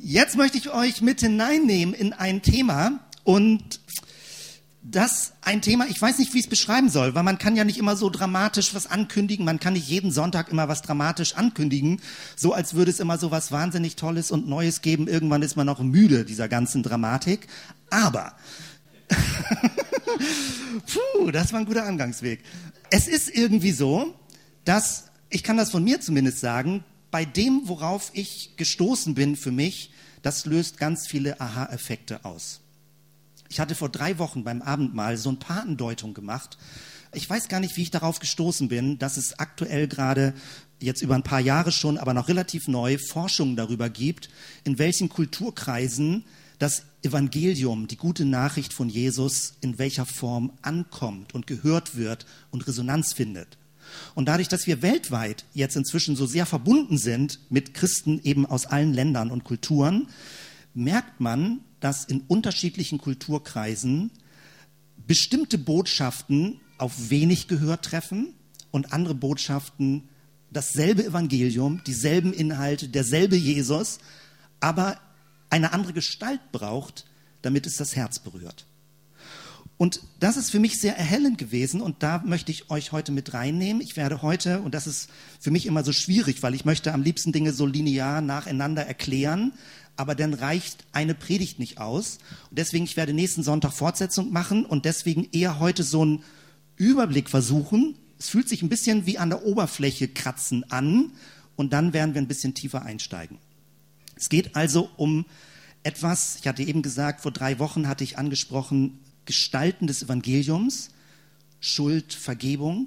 Jetzt möchte ich euch mit hineinnehmen in ein Thema und ein Thema, ich weiß nicht, wie ich es beschreiben soll, weil man kann ja nicht immer so dramatisch was ankündigen, man kann nicht jeden Sonntag immer was dramatisch ankündigen, so als würde es immer so was wahnsinnig Tolles und Neues geben. Irgendwann ist man auch müde dieser ganzen Dramatik, aber das war ein guter Angangsweg. Es ist irgendwie so, dass, ich kann das von mir zumindest sagen, bei dem, worauf ich gestoßen bin für mich, das löst ganz viele Aha-Effekte aus. Ich hatte vor 3 Wochen beim Abendmahl so ein paar Andeutungen gemacht. Ich weiß gar nicht, wie ich darauf gestoßen bin, dass es aktuell gerade, jetzt über ein paar Jahre schon, aber noch relativ neu, Forschungen darüber gibt, in welchen Kulturkreisen das Evangelium, die gute Nachricht von Jesus, in welcher Form ankommt und gehört wird und Resonanz findet. Und dadurch, dass wir weltweit jetzt inzwischen so sehr verbunden sind mit Christen eben aus allen Ländern und Kulturen, merkt man, dass in unterschiedlichen Kulturkreisen bestimmte Botschaften auf wenig Gehör treffen und andere Botschaften dasselbe Evangelium, dieselben Inhalte, derselbe Jesus, aber eine andere Gestalt braucht, damit es das Herz berührt. Und das ist für mich sehr erhellend gewesen und da möchte ich euch heute mit reinnehmen. Ich werde heute, und das ist für mich immer so schwierig, weil ich möchte am liebsten Dinge so linear nacheinander erklären, aber dann reicht eine Predigt nicht aus. Und deswegen, ich werde nächsten Sonntag Fortsetzung machen und deswegen eher heute so einen Überblick versuchen. Es fühlt sich ein bisschen wie an der Oberfläche kratzen an und dann werden wir ein bisschen tiefer einsteigen. Es geht also um etwas, ich hatte eben gesagt, vor 3 Wochen hatte ich angesprochen, Gestalten des Evangeliums, Schuld, Vergebung,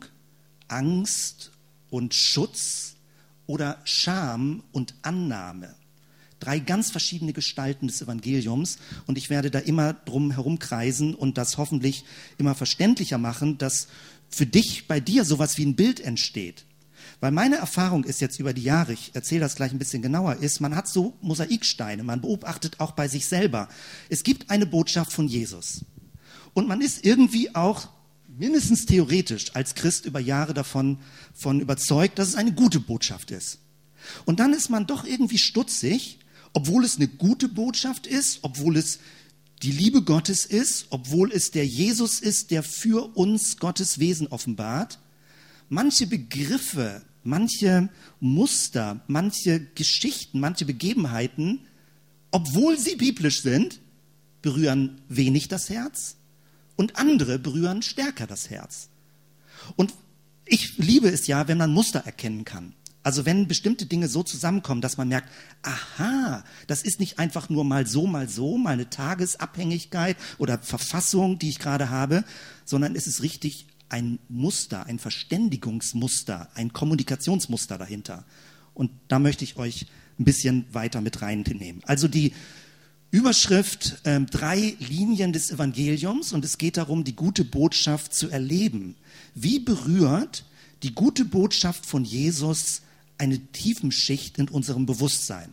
Angst und Schutz oder Scham und Annahme. 3 ganz verschiedene Gestalten des Evangeliums und ich werde da immer drum herumkreisen und das hoffentlich immer verständlicher machen, dass für dich, bei dir sowas wie ein Bild entsteht. Weil meine Erfahrung ist jetzt über die Jahre, ich erzähle das gleich ein bisschen genauer, ist, man hat so Mosaiksteine, man beobachtet auch bei sich selber. Es gibt eine Botschaft von Jesus. Und man ist irgendwie auch mindestens theoretisch als Christ über Jahre davon überzeugt, dass es eine gute Botschaft ist. Und dann ist man doch irgendwie stutzig, obwohl es eine gute Botschaft ist, obwohl es die Liebe Gottes ist, obwohl es der Jesus ist, der für uns Gottes Wesen offenbart. Manche Begriffe, manche Muster, manche Geschichten, manche Begebenheiten, obwohl sie biblisch sind, berühren wenig das Herz und andere berühren stärker das Herz. Und ich liebe es ja, wenn man Muster erkennen kann. Also wenn bestimmte Dinge so zusammenkommen, dass man merkt, aha, das ist nicht einfach nur mal so, mal eine Tagesabhängigkeit oder Verfassung, die ich gerade habe, sondern es ist richtig ein Muster, ein Verständigungsmuster, ein Kommunikationsmuster dahinter. Und da möchte ich euch ein bisschen weiter mit reinnehmen. Also die Überschrift 3 Linien des Evangeliums und es geht darum, die gute Botschaft zu erleben. Wie berührt die gute Botschaft von Jesus eine tiefen Schicht in unserem Bewusstsein?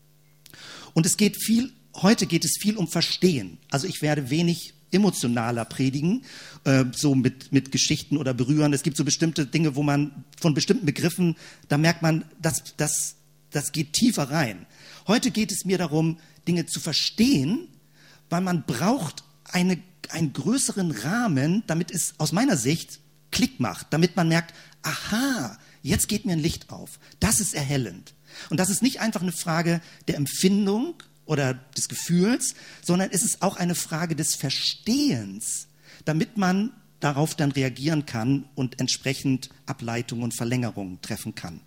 Und heute geht es viel um Verstehen. Also ich werde wenig emotionaler predigen, so mit Geschichten oder berühren. Es gibt so bestimmte Dinge, wo man von bestimmten Begriffen, da merkt man, das geht tiefer rein. Heute geht es mir darum, Dinge zu verstehen, weil man braucht einen größeren Rahmen, damit es aus meiner Sicht Klick macht, damit man merkt, aha, jetzt geht mir ein Licht auf. Das ist erhellend. Und das ist nicht einfach eine Frage der Empfindung oder des Gefühls, sondern es ist auch eine Frage des Verstehens, damit man darauf dann reagieren kann und entsprechend Ableitungen und Verlängerungen treffen kann.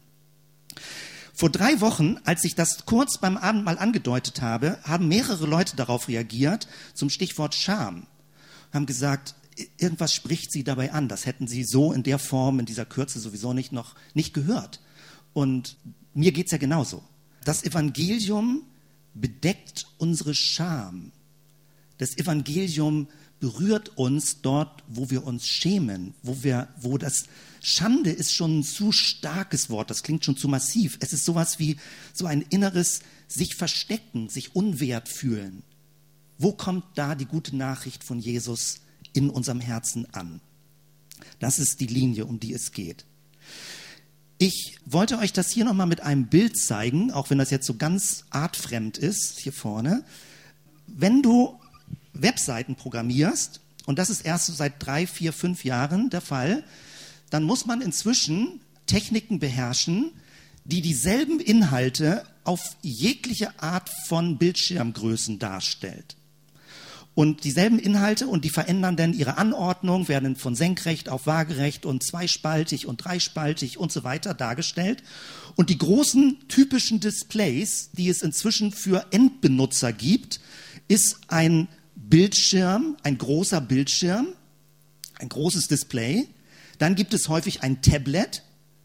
Vor 3 Wochen, als ich das kurz beim Abendmahl angedeutet habe, haben mehrere Leute darauf reagiert zum Stichwort Scham. Haben gesagt, irgendwas spricht sie dabei an. Das hätten sie so in der Form, in dieser Kürze sowieso nicht gehört. Und mir geht's ja genauso. Das Evangelium bedeckt unsere Scham. Das Evangelium berührt uns dort, wo wir uns schämen, wo das Schande ist schon ein zu starkes Wort, das klingt schon zu massiv. Es ist sowas wie so ein inneres sich verstecken, sich unwert fühlen. Wo kommt da die gute Nachricht von Jesus in unserem Herzen an? Das ist die Linie, um die es geht. Ich wollte euch das hier nochmal mit einem Bild zeigen, auch wenn das jetzt so ganz artfremd ist, hier vorne. Wenn du Webseiten programmierst, und das ist erst so seit 3, 4, 5 Jahren der Fall, dann muss man inzwischen Techniken beherrschen, die dieselben Inhalte auf jegliche Art von Bildschirmgrößen darstellt. Und dieselben Inhalte, und die verändern dann ihre Anordnung, werden von senkrecht auf waagerecht und zweispaltig und dreispaltig und so weiter dargestellt. Und die großen typischen Displays, die es inzwischen für Endbenutzer gibt, ist ein Bildschirm, ein großer Bildschirm, ein großes Display. Dann gibt es häufig ein Tablet.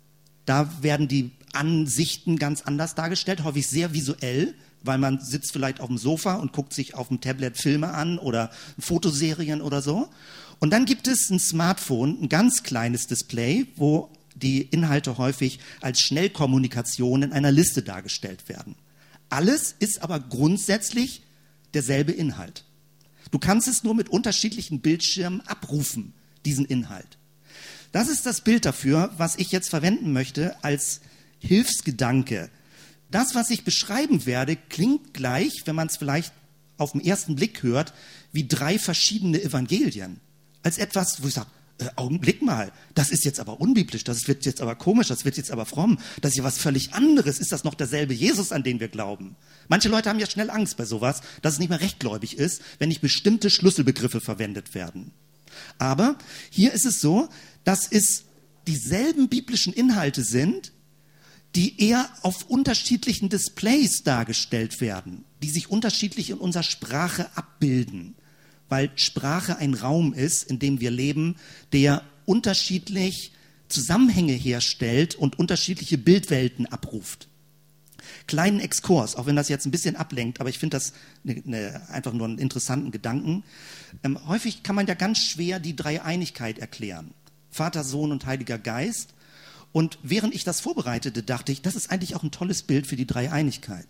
Da werden die Ansichten ganz anders dargestellt, häufig sehr visuell, weil man sitzt vielleicht auf dem Sofa und guckt sich auf dem Tablet Filme an oder Fotoserien oder so. Und dann gibt es ein Smartphone, ein ganz kleines Display, wo die Inhalte häufig als Schnellkommunikation in einer Liste dargestellt werden. Alles ist aber grundsätzlich derselbe Inhalt. Du kannst es nur mit unterschiedlichen Bildschirmen abrufen, diesen Inhalt. Das ist das Bild dafür, was ich jetzt verwenden möchte als Hilfsgedanke. Das, was ich beschreiben werde, klingt gleich, wenn man es vielleicht auf den ersten Blick hört, wie 3 verschiedene Evangelien. Als etwas, wo ich sage, Augenblick mal, das ist jetzt aber unbiblisch, das wird jetzt aber komisch, das wird jetzt aber fromm, das ist ja was völlig anderes. Ist das noch derselbe Jesus, an den wir glauben? Manche Leute haben ja schnell Angst bei sowas, dass es nicht mehr rechtgläubig ist, wenn nicht bestimmte Schlüsselbegriffe verwendet werden. Aber hier ist es so, dass es dieselben biblischen Inhalte sind, die eher auf unterschiedlichen Displays dargestellt werden, die sich unterschiedlich in unserer Sprache abbilden, weil Sprache ein Raum ist, in dem wir leben, der unterschiedlich Zusammenhänge herstellt und unterschiedliche Bildwelten abruft. Kleinen Exkurs, auch wenn das jetzt ein bisschen ablenkt, aber ich finde das einfach nur einen interessanten Gedanken. Häufig kann man ja ganz schwer die Dreieinigkeit erklären. Vater, Sohn und Heiliger Geist. Und während ich das vorbereitete, dachte ich, das ist eigentlich auch ein tolles Bild für die Dreieinigkeit.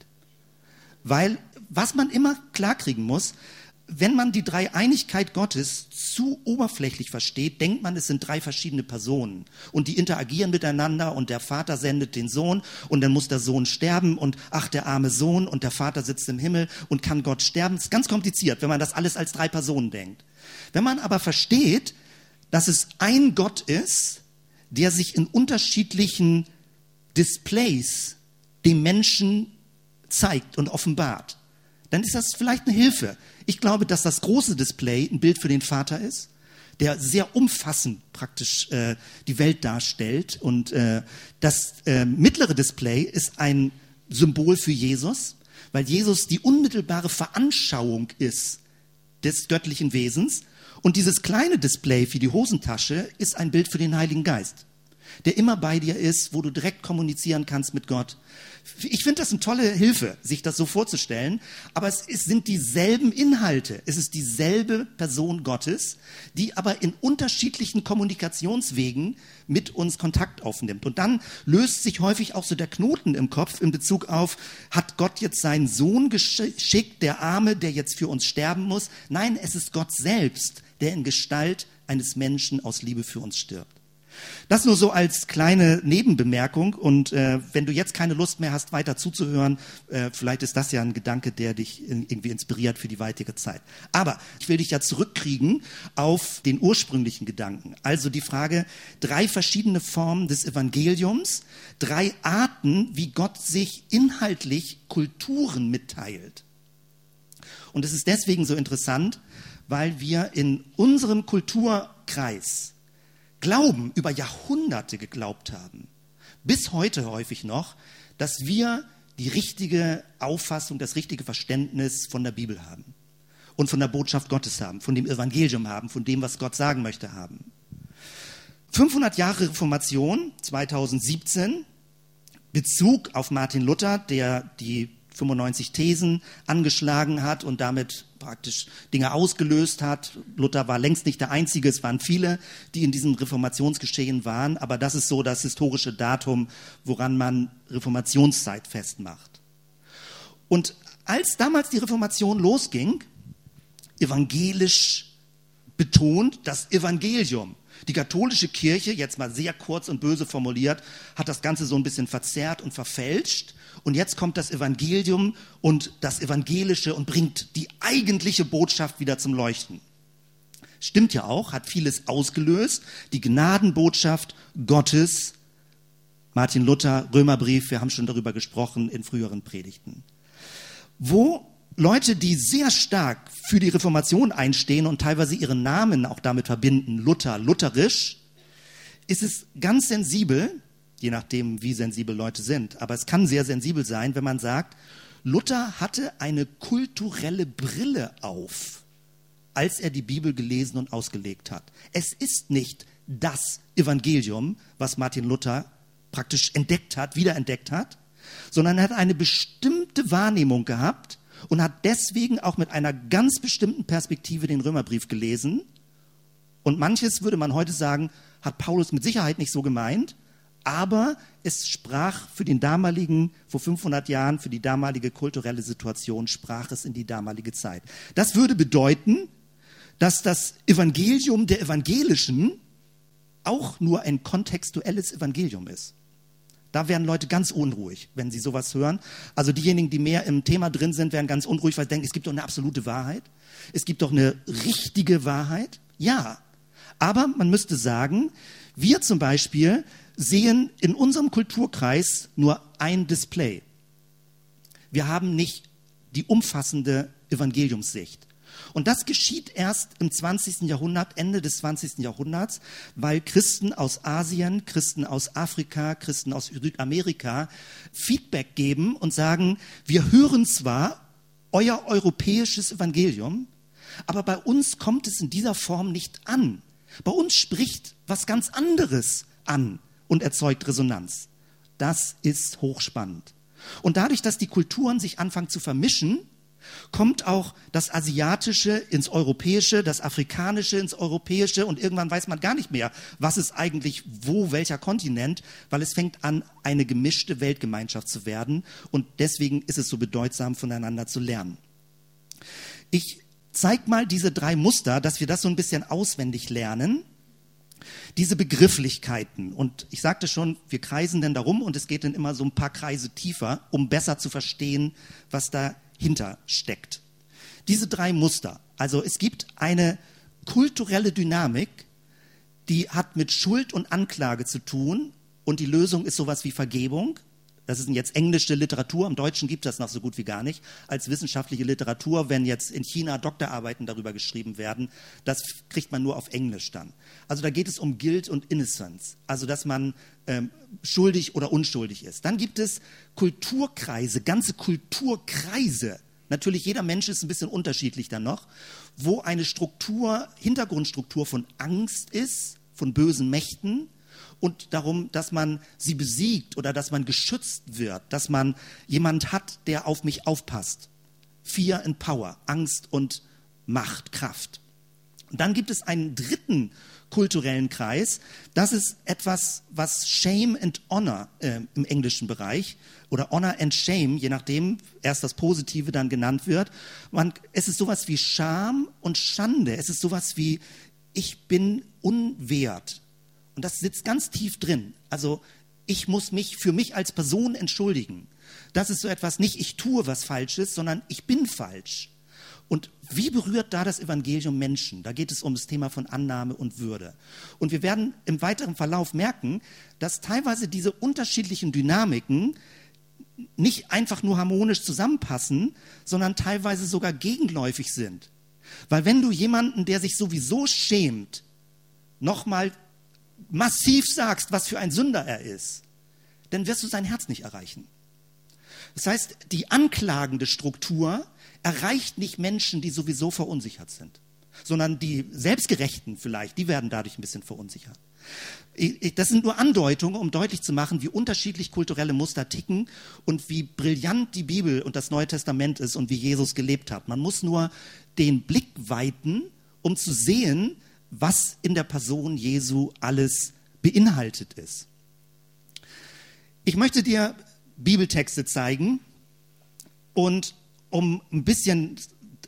Weil, was man immer klarkriegen muss, wenn man die Dreieinigkeit Gottes zu oberflächlich versteht, denkt man, es sind 3 verschiedene Personen. Und die interagieren miteinander und der Vater sendet den Sohn und dann muss der Sohn sterben und ach, der arme Sohn und der Vater sitzt im Himmel und kann Gott sterben. Das ist ganz kompliziert, wenn man das alles als 3 Personen denkt. Wenn man aber versteht, dass es ein Gott ist, der sich in unterschiedlichen Displays dem Menschen zeigt und offenbart, dann ist das vielleicht eine Hilfe. Ich glaube, dass das große Display ein Bild für den Vater ist, der sehr umfassend praktisch die Welt darstellt. Und das mittlere Display ist ein Symbol für Jesus, weil Jesus die unmittelbare Veranschauung ist des göttlichen Wesens. Und dieses kleine Display für die Hosentasche ist ein Bild für den Heiligen Geist, der immer bei dir ist, wo du direkt kommunizieren kannst mit Gott. Ich finde das eine tolle Hilfe, sich das so vorzustellen, aber es sind dieselben Inhalte, es ist dieselbe Person Gottes, die aber in unterschiedlichen Kommunikationswegen mit uns Kontakt aufnimmt. Und dann löst sich häufig auch so der Knoten im Kopf in Bezug auf, hat Gott jetzt seinen Sohn geschickt, der Arme, der jetzt für uns sterben muss? Nein, es ist Gott selbst, der in Gestalt eines Menschen aus Liebe für uns stirbt. Das nur so als kleine Nebenbemerkung und wenn du jetzt keine Lust mehr hast, weiter zuzuhören, vielleicht ist das ja ein Gedanke, der dich irgendwie inspiriert für die weitere Zeit. Aber ich will dich ja zurückkriegen auf den ursprünglichen Gedanken. Also die Frage, 3 verschiedene Formen des Evangeliums, 3 Arten, wie Gott sich inhaltlich Kulturen mitteilt. Und es ist deswegen so interessant, weil wir in unserem Kulturkreis Glauben über Jahrhunderte geglaubt haben, bis heute häufig noch, dass wir die richtige Auffassung, das richtige Verständnis von der Bibel haben und von der Botschaft Gottes haben, von dem Evangelium haben, von dem, was Gott sagen möchte haben. 500 Jahre Reformation, 2017, Bezug auf Martin Luther, der die 95 Thesen angeschlagen hat und damit praktisch Dinge ausgelöst hat. Luther war längst nicht der Einzige, es waren viele, die in diesem Reformationsgeschehen waren, aber das ist so das historische Datum, woran man Reformationszeit festmacht. Und als damals die Reformation losging, evangelisch betont das Evangelium. Die katholische Kirche, jetzt mal sehr kurz und böse formuliert, hat das Ganze so ein bisschen verzerrt und verfälscht. Und jetzt kommt das Evangelium und das Evangelische und bringt die eigentliche Botschaft wieder zum Leuchten. Stimmt ja auch, hat vieles ausgelöst. Die Gnadenbotschaft Gottes, Martin Luther, Römerbrief, wir haben schon darüber gesprochen in früheren Predigten. Wo Leute, die sehr stark für die Reformation einstehen und teilweise ihren Namen auch damit verbinden, Luther, lutherisch, ist es ganz sensibel, je nachdem, wie sensibel Leute sind, aber es kann sehr sensibel sein, wenn man sagt, Luther hatte eine kulturelle Brille auf, als er die Bibel gelesen und ausgelegt hat. Es ist nicht das Evangelium, was Martin Luther praktisch entdeckt hat, wiederentdeckt hat, sondern er hat eine bestimmte Wahrnehmung gehabt und hat deswegen auch mit einer ganz bestimmten Perspektive den Römerbrief gelesen. Und manches, würde man heute sagen, hat Paulus mit Sicherheit nicht so gemeint, aber es sprach für den damaligen, vor 500 Jahren, für die damalige kulturelle Situation, sprach es in die damalige Zeit. Das würde bedeuten, dass das Evangelium der Evangelischen auch nur ein kontextuelles Evangelium ist. Da werden Leute ganz unruhig, wenn sie sowas hören. Also diejenigen, die mehr im Thema drin sind, werden ganz unruhig, weil sie denken, es gibt doch eine absolute Wahrheit. Es gibt doch eine richtige Wahrheit. Ja, aber man müsste sagen, wir zum Beispiel sehen in unserem Kulturkreis nur ein Display. Wir haben nicht die umfassende Evangeliumssicht. Und das geschieht erst im 20. Jahrhundert, Ende des 20. Jahrhunderts, weil Christen aus Asien, Christen aus Afrika, Christen aus Südamerika Feedback geben und sagen, wir hören zwar euer europäisches Evangelium, aber bei uns kommt es in dieser Form nicht an. Bei uns spricht was ganz anderes an und erzeugt Resonanz. Das ist hochspannend. Und dadurch, dass die Kulturen sich anfangen zu vermischen, kommt auch das Asiatische ins Europäische, das Afrikanische ins Europäische und irgendwann weiß man gar nicht mehr, was ist eigentlich wo, welcher Kontinent, weil es fängt an, eine gemischte Weltgemeinschaft zu werden und deswegen ist es so bedeutsam, voneinander zu lernen. Ich zeige mal diese 3 Muster, dass wir das so ein bisschen auswendig lernen, diese Begrifflichkeiten. Und ich sagte schon, wir kreisen dann darum und es geht dann immer so ein paar Kreise tiefer, um besser zu verstehen, was dahinter steckt. Diese 3 Muster. Also es gibt eine kulturelle Dynamik, die hat mit Schuld und Anklage zu tun und die Lösung ist sowas wie Vergebung. Das ist jetzt englische Literatur, im Deutschen gibt es das noch so gut wie gar nicht. Als wissenschaftliche Literatur, wenn jetzt in China Doktorarbeiten darüber geschrieben werden, das kriegt man nur auf Englisch dann. Also da geht es um Guilt und Innocence, also dass man schuldig oder unschuldig ist. Dann gibt es Kulturkreise, ganze Kulturkreise. Natürlich, jeder Mensch ist ein bisschen unterschiedlich dann noch, wo eine Struktur, Hintergrundstruktur von Angst ist, von bösen Mächten, und darum, dass man sie besiegt oder dass man geschützt wird, dass man jemand hat, der auf mich aufpasst. Fear and Power, Angst und Macht, Kraft. Und dann gibt es einen dritten kulturellen Kreis. Das ist etwas, was Shame and Honor im englischen Bereich oder Honor and Shame, je nachdem, erst das Positive dann genannt wird. Es ist sowas wie Scham und Schande. Es ist sowas wie, ich bin unwert. Und das sitzt ganz tief drin. Also ich muss mich für mich als Person entschuldigen. Das ist so etwas, nicht ich tue was Falsches, sondern ich bin falsch. Und wie berührt da das Evangelium Menschen? Da geht es um das Thema von Annahme und Würde. Und wir werden im weiteren Verlauf merken, dass teilweise diese unterschiedlichen Dynamiken nicht einfach nur harmonisch zusammenpassen, sondern teilweise sogar gegenläufig sind. Weil wenn du jemanden, der sich sowieso schämt, nochmal massiv sagst, was für ein Sünder er ist, dann wirst du sein Herz nicht erreichen. Das heißt, die anklagende Struktur erreicht nicht Menschen, die sowieso verunsichert sind, sondern die Selbstgerechten vielleicht, die werden dadurch ein bisschen verunsichert. Das sind nur Andeutungen, um deutlich zu machen, wie unterschiedlich kulturelle Muster ticken und wie brillant die Bibel und das Neue Testament ist und wie Jesus gelebt hat. Man muss nur den Blick weiten, um zu sehen, was in der Person Jesu alles beinhaltet ist. Ich möchte dir Bibeltexte zeigen und um ein bisschen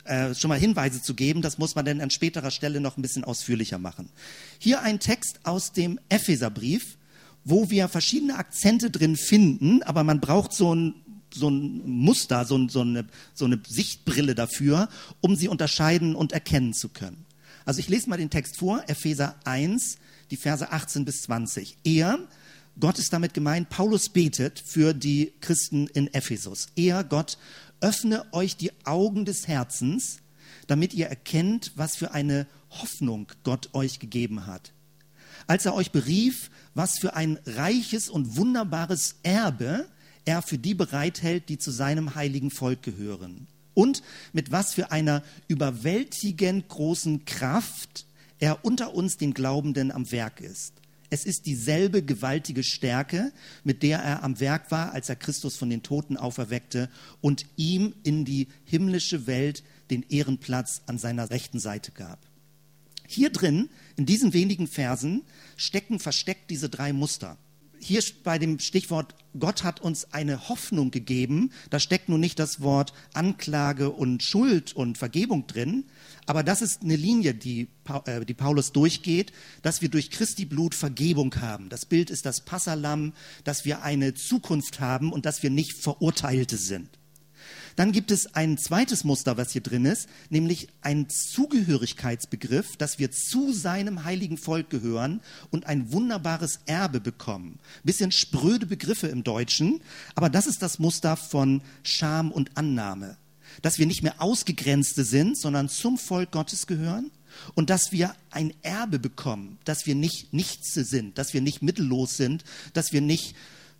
schon mal Hinweise zu geben. Das muss man dann an späterer Stelle noch ein bisschen ausführlicher machen. Hier ein Text aus dem Epheserbrief, wo wir verschiedene Akzente drin finden, aber man braucht so ein Muster, so eine Sichtbrille dafür, um sie unterscheiden und erkennen zu können. Also ich lese mal den Text vor, Epheser 1, die Verse 18 bis 20. Gott ist damit gemeint, Paulus betet für die Christen in Ephesus. Gott, öffne euch die Augen des Herzens, damit ihr erkennt, was für eine Hoffnung Gott euch gegeben hat. Als er euch berief, was für ein reiches und wunderbares Erbe er für die bereithält, die zu seinem heiligen Volk gehören. Und mit was für einer überwältigend großen Kraft er unter uns den Glaubenden am Werk ist. Es ist dieselbe gewaltige Stärke, mit der er am Werk war, als er Christus von den Toten auferweckte und ihm in die himmlische Welt den Ehrenplatz an seiner rechten Seite gab. Hier drin, in diesen wenigen Versen, versteckt diese 3 Muster. Hier bei dem Stichwort, Gott hat uns eine Hoffnung gegeben, da steckt nun nicht das Wort Anklage und Schuld und Vergebung drin, aber das ist eine Linie, die Paulus durchgeht, dass wir durch Christi Blut Vergebung haben. Das Bild ist das Passahlamm, dass wir eine Zukunft haben und dass wir nicht Verurteilte sind. Dann gibt es ein zweites Muster, was hier drin ist, nämlich ein Zugehörigkeitsbegriff, dass wir zu seinem heiligen Volk gehören und ein wunderbares Erbe bekommen. Bisschen spröde Begriffe im Deutschen, aber das ist das Muster von Scham und Annahme. Dass wir nicht mehr Ausgegrenzte sind, sondern zum Volk Gottes gehören und dass wir ein Erbe bekommen, dass wir nicht Nichts sind, dass wir nicht mittellos sind, dass wir nicht,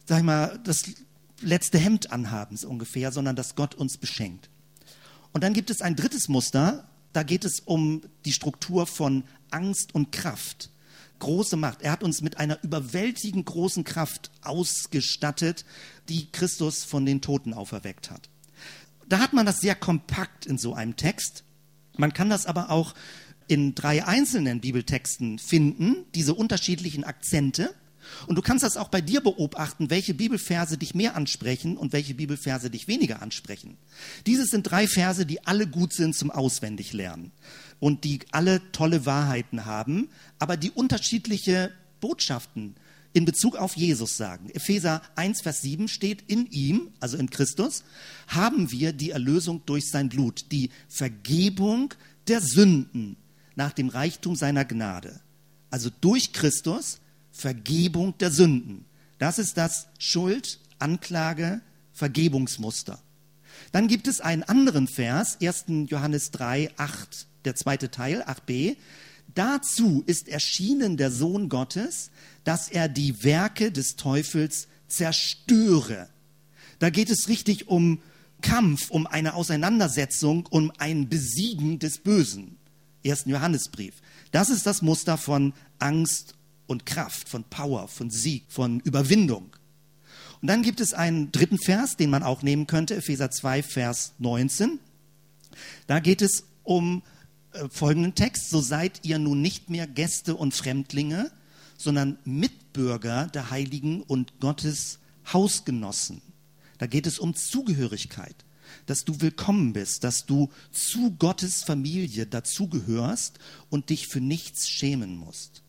das letzte Hemd anhaben, so ungefähr, sondern dass Gott uns beschenkt. Und dann gibt es ein drittes Muster, da geht es um die Struktur von Angst und Kraft. Große Macht. Er hat uns mit einer überwältigend großen Kraft ausgestattet, die Christus von den Toten auferweckt hat. Da hat man das sehr kompakt in so einem Text. Man kann das aber auch in 3 einzelnen Bibeltexten finden, diese unterschiedlichen Akzente. Und du kannst das auch bei dir beobachten, welche Bibelverse dich mehr ansprechen und welche Bibelverse dich weniger ansprechen. Dieses sind 3 Verse, die alle gut sind zum Auswendiglernen und die alle tolle Wahrheiten haben, aber die unterschiedliche Botschaften in Bezug auf Jesus sagen. Epheser 1, Vers 7 steht, in ihm, also in Christus, haben wir die Erlösung durch sein Blut, die Vergebung der Sünden nach dem Reichtum seiner Gnade. Also durch Christus Vergebung der Sünden. Das ist das Schuld, Anklage, Vergebungsmuster. Dann gibt es einen anderen Vers, 1. Johannes 3, 8, der zweite Teil, 8b. Dazu ist erschienen der Sohn Gottes, dass er die Werke des Teufels zerstöre. Da geht es richtig um Kampf, um eine Auseinandersetzung, um ein Besiegen des Bösen. 1. Johannesbrief. Das ist das Muster von Angst und Kraft, von Power, von Sieg, von Überwindung. Und dann gibt es einen dritten Vers, den man auch nehmen könnte, Epheser 2, Vers 19. Da geht es um folgenden Text: So seid ihr nun nicht mehr Gäste und Fremdlinge, sondern Mitbürger der Heiligen und Gottes Hausgenossen. Da geht es um Zugehörigkeit, dass du willkommen bist, dass du zu Gottes Familie dazugehörst und dich für nichts schämen musst.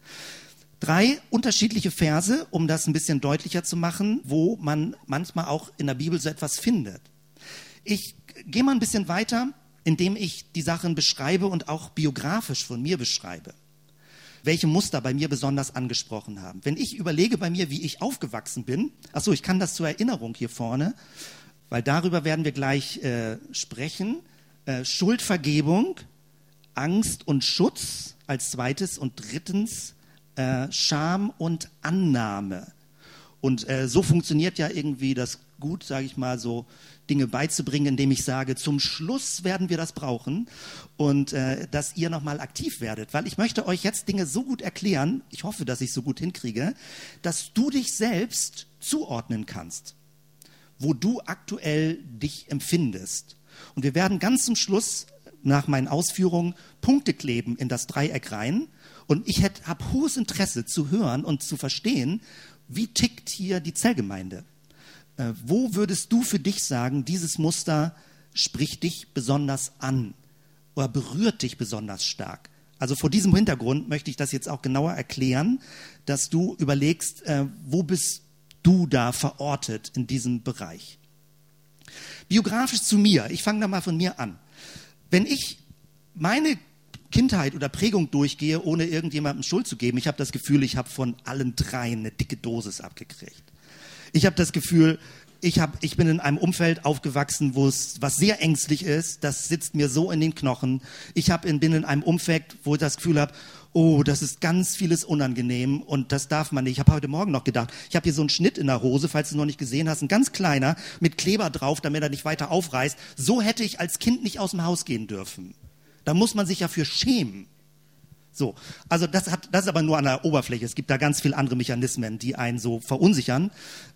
3 unterschiedliche Verse, um das ein bisschen deutlicher zu machen, wo man manchmal auch in der Bibel so etwas findet. Ich gehe mal ein bisschen weiter, indem ich die Sachen beschreibe und auch biografisch von mir beschreibe, welche Muster bei mir besonders angesprochen haben. Wenn ich überlege bei mir, wie ich aufgewachsen bin, ich kann das zur Erinnerung hier vorne, weil darüber werden wir gleich sprechen. Schuldvergebung, Angst und Schutz als zweites und drittens Scham und Annahme. Und so funktioniert ja irgendwie das gut, sage ich mal, so Dinge beizubringen, indem ich sage, zum Schluss werden wir das brauchen und dass ihr nochmal aktiv werdet. Weil ich möchte euch jetzt Dinge so gut erklären, ich hoffe, dass ich es so gut hinkriege, dass du dich selbst zuordnen kannst, wo du aktuell dich empfindest. Und wir werden ganz zum Schluss nach meinen Ausführungen Punkte kleben in das Dreieck rein. Und ich habe hohes Interesse zu hören und zu verstehen, wie tickt hier die Zellgemeinde? Wo würdest du für dich sagen, dieses Muster spricht dich besonders an oder berührt dich besonders stark. Also vor diesem Hintergrund möchte ich das jetzt auch genauer erklären, dass du überlegst, wo bist du da verortet in diesem Bereich. Biografisch zu mir, ich fange da mal von mir an. Wenn ich meine Kindheit oder Prägung durchgehe, ohne irgendjemandem Schuld zu geben, ich habe das Gefühl, ich habe von allen dreien eine dicke Dosis abgekriegt. Ich habe das Gefühl, ich bin in einem Umfeld aufgewachsen, was sehr ängstlich ist, das sitzt mir so in den Knochen. Bin in einem Umfeld, wo ich das Gefühl habe, oh, das ist ganz vieles unangenehm und das darf man nicht. Ich habe heute Morgen noch gedacht, ich habe hier so einen Schnitt in der Hose, falls du es noch nicht gesehen hast, ein ganz kleiner, mit Kleber drauf, damit er nicht weiter aufreißt. So hätte ich als Kind nicht aus dem Haus gehen dürfen. Da muss man sich ja für schämen. So, also das ist aber nur an der Oberfläche. Es gibt da ganz viele andere Mechanismen, die einen so verunsichern.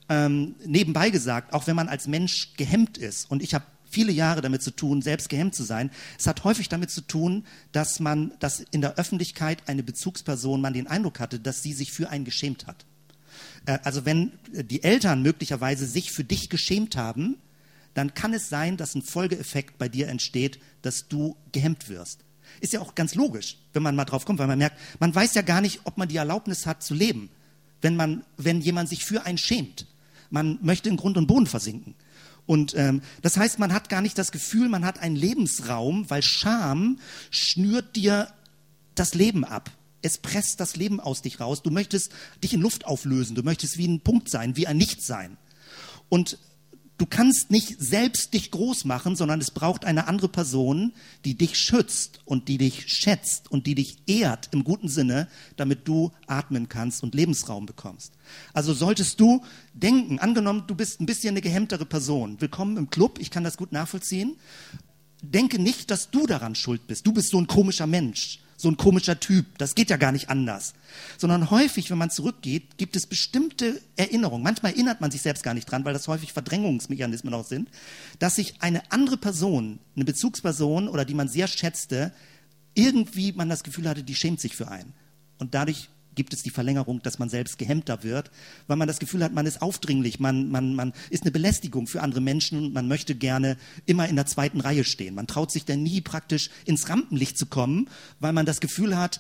Nebenbei gesagt, auch wenn man als Mensch gehemmt ist, und ich habe viele Jahre damit zu tun, selbst gehemmt zu sein, es hat häufig damit zu tun, dass in der Öffentlichkeit eine Bezugsperson, man den Eindruck hatte, dass sie sich für einen geschämt hat. Also wenn die Eltern möglicherweise sich für dich geschämt haben, dann kann es sein, dass ein Folgeeffekt bei dir entsteht, dass du gehemmt wirst. Ist ja auch ganz logisch, wenn man mal drauf kommt, weil man merkt, man weiß ja gar nicht, ob man die Erlaubnis hat zu leben, wenn jemand sich für einen schämt. Man möchte in Grund und Boden versinken. Und das heißt, man hat gar nicht das Gefühl, man hat einen Lebensraum, weil Scham schnürt dir das Leben ab. Es presst das Leben aus dich raus. Du möchtest dich in Luft auflösen. Du möchtest wie ein Punkt sein, wie ein Nichts sein. Und du kannst nicht selbst dich groß machen, sondern es braucht eine andere Person, die dich schützt und die dich schätzt und die dich ehrt im guten Sinne, damit du atmen kannst und Lebensraum bekommst. Also solltest du denken, angenommen, du bist ein bisschen eine gehemmtere Person, willkommen im Club, ich kann das gut nachvollziehen. Denke nicht, dass du daran schuld bist. Du bist so ein komischer Mensch. So ein komischer Typ, das geht ja gar nicht anders. Sondern häufig, wenn man zurückgeht, gibt es bestimmte Erinnerungen. Manchmal erinnert man sich selbst gar nicht dran, weil das häufig Verdrängungsmechanismen auch sind, dass sich eine andere Person, eine Bezugsperson oder die man sehr schätzte, irgendwie man das Gefühl hatte, die schämt sich für einen. Und dadurch gibt es die Verlängerung, dass man selbst gehemmter wird, weil man das Gefühl hat, man ist aufdringlich, man ist eine Belästigung für andere Menschen und man möchte gerne immer in der zweiten Reihe stehen. Man traut sich dann nie praktisch ins Rampenlicht zu kommen, weil man das Gefühl hat,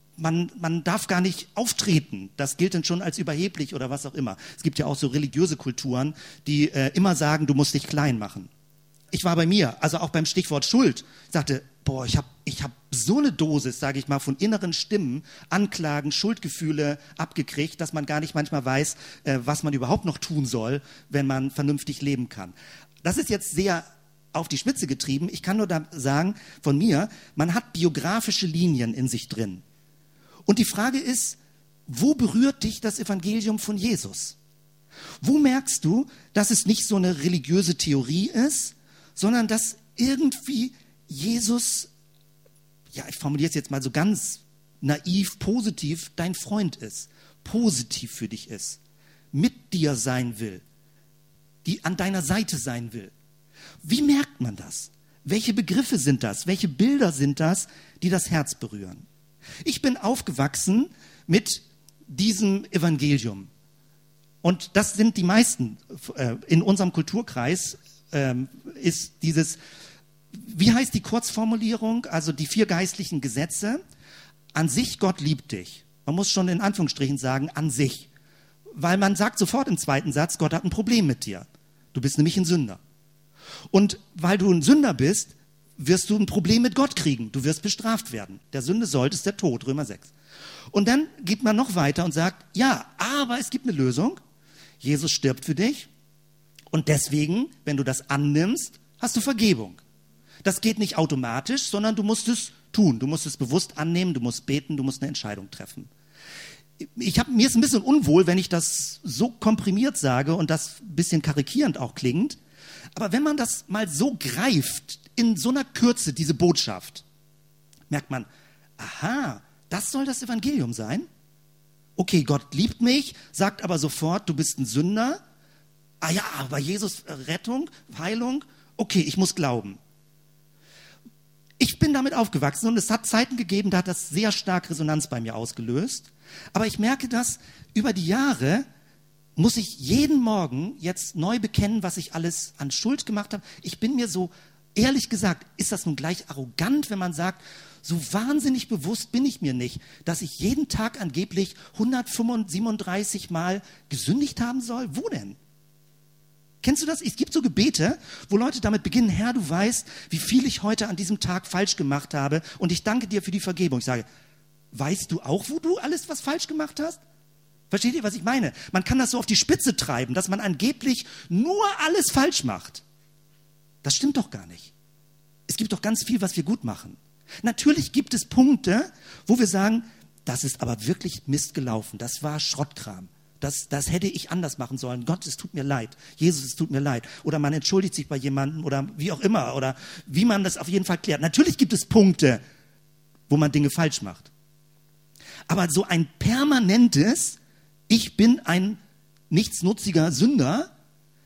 man darf gar nicht auftreten. Das gilt dann schon als überheblich oder was auch immer. Es gibt ja auch so religiöse Kulturen, die immer sagen, du musst dich klein machen. Ich war bei mir, also auch beim Stichwort Schuld, ich sagte, boah, ich hab so eine Dosis, sage ich mal, von inneren Stimmen, Anklagen, Schuldgefühle abgekriegt, dass man gar nicht manchmal weiß, was man überhaupt noch tun soll, wenn man vernünftig leben kann. Das ist jetzt sehr auf die Spitze getrieben. Ich kann nur da sagen, von mir, man hat biografische Linien in sich drin. Und die Frage ist, wo berührt dich das Evangelium von Jesus? Wo merkst du, dass es nicht so eine religiöse Theorie ist, sondern dass irgendwie Jesus, ja, ich formuliere es jetzt mal so ganz naiv, positiv, dein Freund ist, positiv für dich ist, mit dir sein will, die an deiner Seite sein will. Wie merkt man das? Welche Begriffe sind das? Welche Bilder sind das, die das Herz berühren? Ich bin aufgewachsen mit diesem Evangelium. Und das sind die meisten. In unserem Kulturkreis ist dieses, wie heißt die Kurzformulierung? Also die 4 geistlichen Gesetze. An sich, Gott liebt dich. Man muss schon in Anführungsstrichen sagen, an sich. Weil man sagt sofort im zweiten Satz, Gott hat ein Problem mit dir. Du bist nämlich ein Sünder. Und weil du ein Sünder bist, wirst du ein Problem mit Gott kriegen. Du wirst bestraft werden. Der Sünde ist der Tod, Römer 6. Und dann geht man noch weiter und sagt, ja, aber es gibt eine Lösung. Jesus stirbt für dich. Und deswegen, wenn du das annimmst, hast du Vergebung. Das geht nicht automatisch, sondern du musst es tun. Du musst es bewusst annehmen, du musst beten, du musst eine Entscheidung treffen. Mir ist ein bisschen unwohl, wenn ich das so komprimiert sage und das ein bisschen karikierend auch klingt. Aber wenn man das mal so greift, in so einer Kürze, diese Botschaft, merkt man, aha, das soll das Evangelium sein? Okay, Gott liebt mich, sagt aber sofort, du bist ein Sünder. Ah ja, bei Jesus Rettung, Heilung, okay, ich muss glauben. Ich bin damit aufgewachsen und es hat Zeiten gegeben, da hat das sehr stark Resonanz bei mir ausgelöst. Aber ich merke, dass über die Jahre muss ich jeden Morgen jetzt neu bekennen, was ich alles an Schuld gemacht habe. Ich bin mir so ehrlich gesagt, ist das nun gleich arrogant, wenn man sagt, so wahnsinnig bewusst bin ich mir nicht, dass ich jeden Tag angeblich 137 Mal gesündigt haben soll? Wo denn? Kennst du das? Es gibt so Gebete, wo Leute damit beginnen, Herr, du weißt, wie viel ich heute an diesem Tag falsch gemacht habe und ich danke dir für die Vergebung. Ich sage, weißt du auch, wo du alles was falsch gemacht hast? Versteht ihr, was ich meine? Man kann das so auf die Spitze treiben, dass man angeblich nur alles falsch macht. Das stimmt doch gar nicht. Es gibt doch ganz viel, was wir gut machen. Natürlich gibt es Punkte, wo wir sagen, das ist aber wirklich Mist gelaufen, das war Schrottkram. Das hätte ich anders machen sollen. Gott, es tut mir leid. Jesus, es tut mir leid. Oder man entschuldigt sich bei jemandem oder wie auch immer. Oder wie man das auf jeden Fall klärt. Natürlich gibt es Punkte, wo man Dinge falsch macht. Aber so ein permanentes, ich bin ein nichtsnutziger Sünder,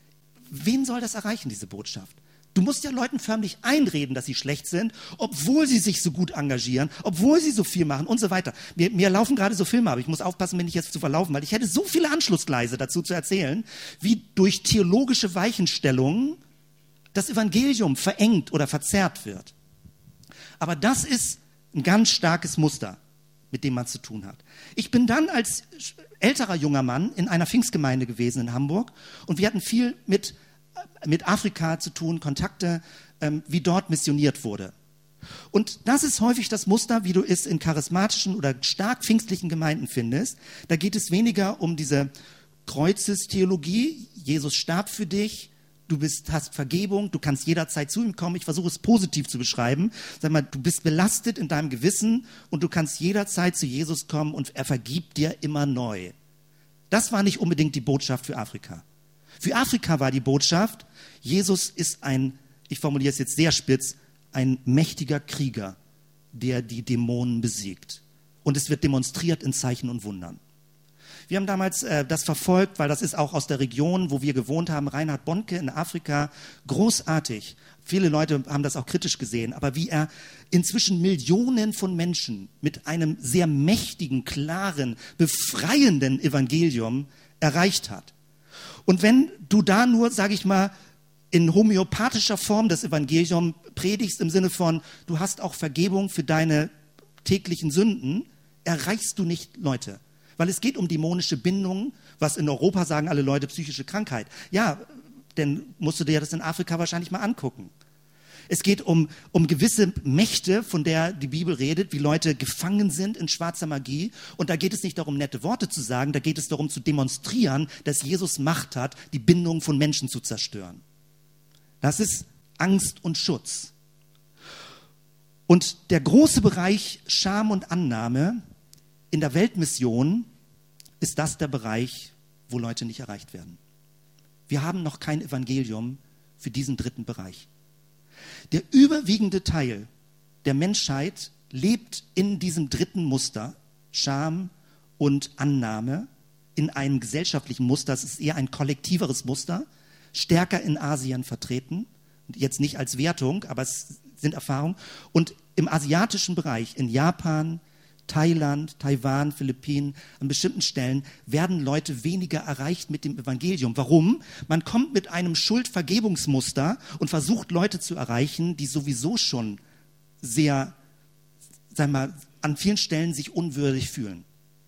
wen soll das erreichen, diese Botschaft? Du musst ja Leuten förmlich einreden, dass sie schlecht sind, obwohl sie sich so gut engagieren, obwohl sie so viel machen und so weiter. Mir laufen gerade so Filme ab. Ich muss aufpassen, mich nicht jetzt zu verlaufen, weil ich hätte so viele Anschlussgleise dazu zu erzählen, wie durch theologische Weichenstellungen das Evangelium verengt oder verzerrt wird. Aber das ist ein ganz starkes Muster, mit dem man zu tun hat. Ich bin dann als älterer junger Mann in einer Pfingstgemeinde gewesen in Hamburg und wir hatten viel mit Afrika zu tun, Kontakte, wie dort missioniert wurde. Und das ist häufig das Muster, wie du es in charismatischen oder stark pfingstlichen Gemeinden findest. Da geht es weniger um diese Kreuzestheologie. Jesus starb für dich, hast Vergebung, du kannst jederzeit zu ihm kommen. Ich versuche es positiv zu beschreiben. Sag mal, du bist belastet in deinem Gewissen und du kannst jederzeit zu Jesus kommen und er vergibt dir immer neu. Das war nicht unbedingt die Botschaft für Afrika. Für Afrika war die Botschaft, Jesus ist ich formuliere es jetzt sehr spitz, ein mächtiger Krieger, der die Dämonen besiegt. Und es wird demonstriert in Zeichen und Wundern. Wir haben damals das verfolgt, weil das ist auch aus der Region, wo wir gewohnt haben, Reinhard Bonnke in Afrika, großartig. Viele Leute haben das auch kritisch gesehen, aber wie er inzwischen Millionen von Menschen mit einem sehr mächtigen, klaren, befreienden Evangelium erreicht hat. Und wenn du da nur, sage ich mal, in homöopathischer Form das Evangelium predigst, im Sinne von, du hast auch Vergebung für deine täglichen Sünden, erreichst du nicht Leute. Weil es geht um dämonische Bindungen, was in Europa sagen alle Leute, psychische Krankheit. Ja, dann musst du dir das in Afrika wahrscheinlich mal angucken. Es geht um gewisse Mächte, von der die Bibel redet, wie Leute gefangen sind in schwarzer Magie. Und da geht es nicht darum, nette Worte zu sagen, da geht es darum zu demonstrieren, dass Jesus Macht hat, die Bindung von Menschen zu zerstören. Das ist Angst und Schutz. Und der große Bereich Scham und Annahme in der Weltmission ist das der Bereich, wo Leute nicht erreicht werden. Wir haben noch kein Evangelium für diesen dritten Bereich. Der überwiegende Teil der Menschheit lebt in diesem dritten Muster, Scham und Annahme, in einem gesellschaftlichen Muster. Es ist eher ein kollektiveres Muster, stärker in Asien vertreten. Jetzt nicht als Wertung, aber es sind Erfahrungen. Und im asiatischen Bereich, in Japan, Thailand, Taiwan, Philippinen, an bestimmten Stellen werden Leute weniger erreicht mit dem Evangelium. Warum? Man kommt mit einem Schuldvergebungsmuster und versucht Leute zu erreichen, die sowieso schon sehr, sagen wir mal, an vielen Stellen sich unwürdig fühlen.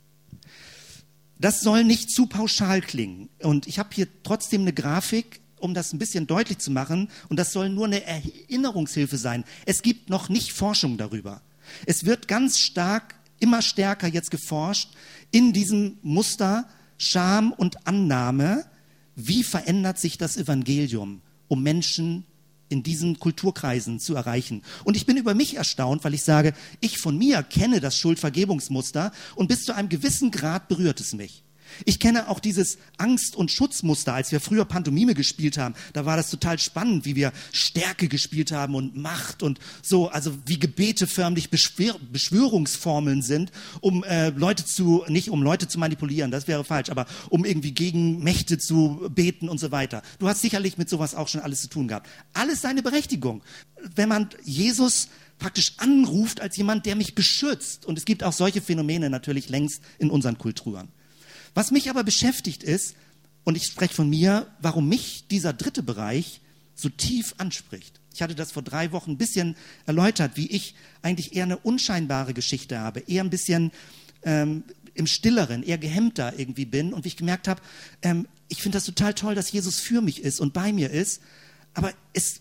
Das soll nicht zu pauschal klingen. Und ich habe hier trotzdem eine Grafik, um das ein bisschen deutlich zu machen. Und das soll nur eine Erinnerungshilfe sein. Es gibt noch nicht Forschung darüber. Es wird ganz stark, immer stärker jetzt geforscht in diesem Muster Scham und Annahme. Wie verändert sich das Evangelium, um Menschen in diesen Kulturkreisen zu erreichen? Und ich bin über mich erstaunt, weil ich sage, ich von mir kenne das Schuldvergebungsmuster und bis zu einem gewissen Grad berührt es mich. Ich kenne auch dieses Angst- und Schutzmuster, als wir früher Pantomime gespielt haben. Da war das total spannend, wie wir Stärke gespielt haben und Macht und so, also wie Gebete förmlich Beschwörungsformeln sind, nicht um Leute zu manipulieren, das wäre falsch, aber um irgendwie gegen Mächte zu beten und so weiter. Du hast sicherlich mit sowas auch schon alles zu tun gehabt. Alles seine Berechtigung. Wenn man Jesus praktisch anruft als jemand, der mich beschützt. Und es gibt auch solche Phänomene natürlich längst in unseren Kulturen. Was mich aber beschäftigt ist, und ich spreche von mir, warum mich dieser dritte Bereich so tief anspricht. Ich hatte das vor 3 Wochen ein bisschen erläutert, wie ich eigentlich eher eine unscheinbare Geschichte habe, eher ein bisschen im Stilleren, eher gehemmter irgendwie bin und wie ich gemerkt habe, ich finde das total toll, dass Jesus für mich ist und bei mir ist, aber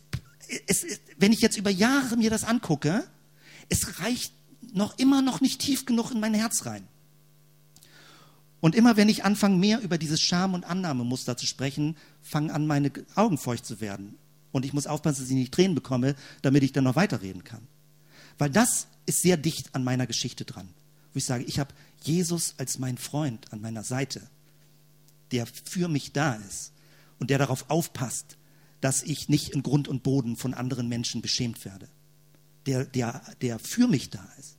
wenn ich jetzt über Jahre mir das angucke, es reicht immer noch nicht tief genug in mein Herz rein. Und immer wenn ich anfange, mehr über dieses Scham- und Annahmemuster zu sprechen, fangen an, meine Augen feucht zu werden. Und ich muss aufpassen, dass ich nicht Tränen bekomme, damit ich dann noch weiterreden kann. Weil das ist sehr dicht an meiner Geschichte dran. Wo ich sage, ich habe Jesus als meinen Freund an meiner Seite, der für mich da ist und der darauf aufpasst, dass ich nicht in Grund und Boden von anderen Menschen beschämt werde. Der für mich da ist.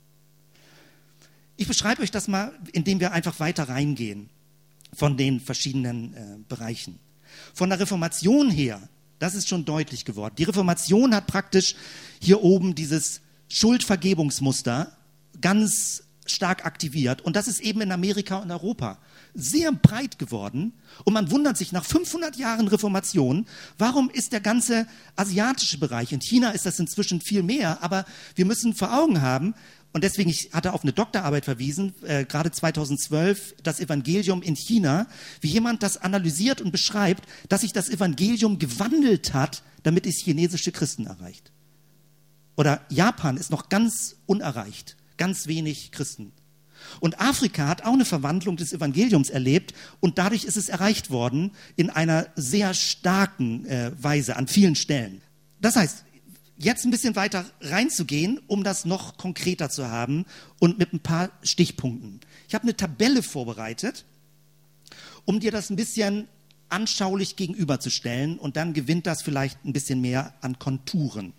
Ich beschreibe euch das mal, indem wir einfach weiter reingehen von den verschiedenen Bereichen. Von der Reformation her, das ist schon deutlich geworden. Die Reformation hat praktisch hier oben dieses Schuldvergebungsmuster ganz stark aktiviert. Und das ist eben in Amerika und Europa sehr breit geworden. Und man wundert sich nach 500 Jahren Reformation, warum ist der ganze asiatische Bereich, in China ist das inzwischen viel mehr, aber wir müssen vor Augen haben, und deswegen, ich hatte auf eine Doktorarbeit verwiesen, gerade 2012, das Evangelium in China, wie jemand das analysiert und beschreibt, dass sich das Evangelium gewandelt hat, damit es chinesische Christen erreicht. Oder Japan ist noch ganz unerreicht, ganz wenig Christen. Und Afrika hat auch eine Verwandlung des Evangeliums erlebt und dadurch ist es erreicht worden in einer sehr starken Weise an vielen Stellen. Das heißt, jetzt ein bisschen weiter reinzugehen, um das noch konkreter zu haben und mit ein paar Stichpunkten. Ich habe eine Tabelle vorbereitet, um dir das ein bisschen anschaulich gegenüberzustellen und dann gewinnt das vielleicht ein bisschen mehr an Konturen.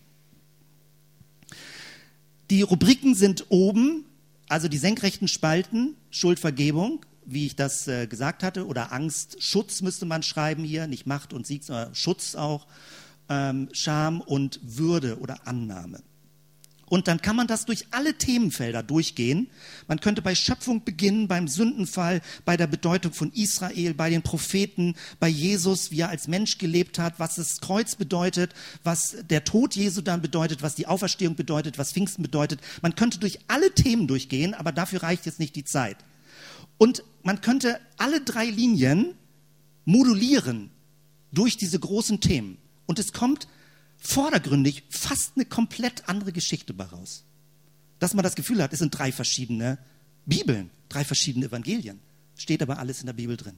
Die Rubriken sind oben, also die senkrechten Spalten, Schuldvergebung, wie ich das gesagt hatte, oder Angst, Schutz müsste man schreiben hier, nicht Macht und Sieg, sondern Schutz auch. Scham und Würde oder Annahme. Und dann kann man das durch alle Themenfelder durchgehen. Man könnte bei Schöpfung beginnen, beim Sündenfall, bei der Bedeutung von Israel, bei den Propheten, bei Jesus, wie er als Mensch gelebt hat, was das Kreuz bedeutet, was der Tod Jesu dann bedeutet, was die Auferstehung bedeutet, was Pfingsten bedeutet. Man könnte durch alle Themen durchgehen, aber dafür reicht jetzt nicht die Zeit. Und man könnte alle 3 Linien modulieren durch diese großen Themen. Und es kommt vordergründig fast eine komplett andere Geschichte bei raus. Dass man das Gefühl hat, es sind 3 verschiedene Bibeln, 3 verschiedene Evangelien. Steht aber alles in der Bibel drin.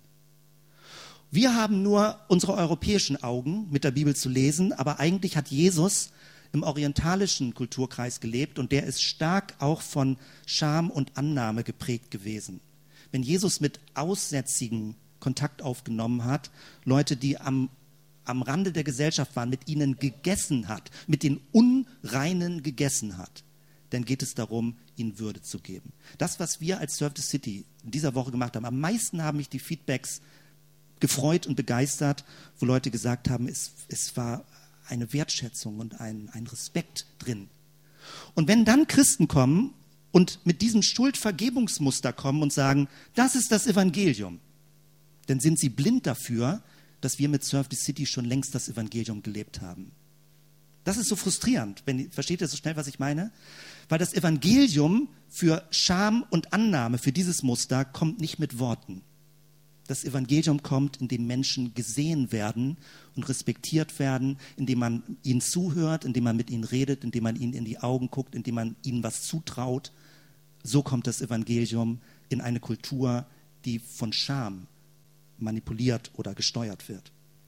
Wir haben nur unsere europäischen Augen mit der Bibel zu lesen, aber eigentlich hat Jesus im orientalischen Kulturkreis gelebt und der ist stark auch von Scham und Annahme geprägt gewesen. Wenn Jesus mit Aussätzigen Kontakt aufgenommen hat, Leute, die am Rande der Gesellschaft waren, mit ihnen gegessen hat, mit den Unreinen gegessen hat, dann geht es darum, ihnen Würde zu geben. Das, was wir als Serve the City in dieser Woche gemacht haben, am meisten haben mich die Feedbacks gefreut und begeistert, wo Leute gesagt haben, es war eine Wertschätzung und ein Respekt drin. Und wenn dann Christen kommen und mit diesem Schuldvergebungsmuster kommen und sagen, das ist das Evangelium, dann sind sie blind dafür, dass wir mit Serve the City schon längst das Evangelium gelebt haben. Das ist so frustrierend. Versteht ihr so schnell, was ich meine? Weil das Evangelium für Scham und Annahme, für dieses Muster, kommt nicht mit Worten. Das Evangelium kommt, indem Menschen gesehen werden und respektiert werden, indem man ihnen zuhört, indem man mit ihnen redet, indem man ihnen in die Augen guckt, indem man ihnen was zutraut. So kommt das Evangelium in eine Kultur, die von Scham manipuliert oder gesteuert wird.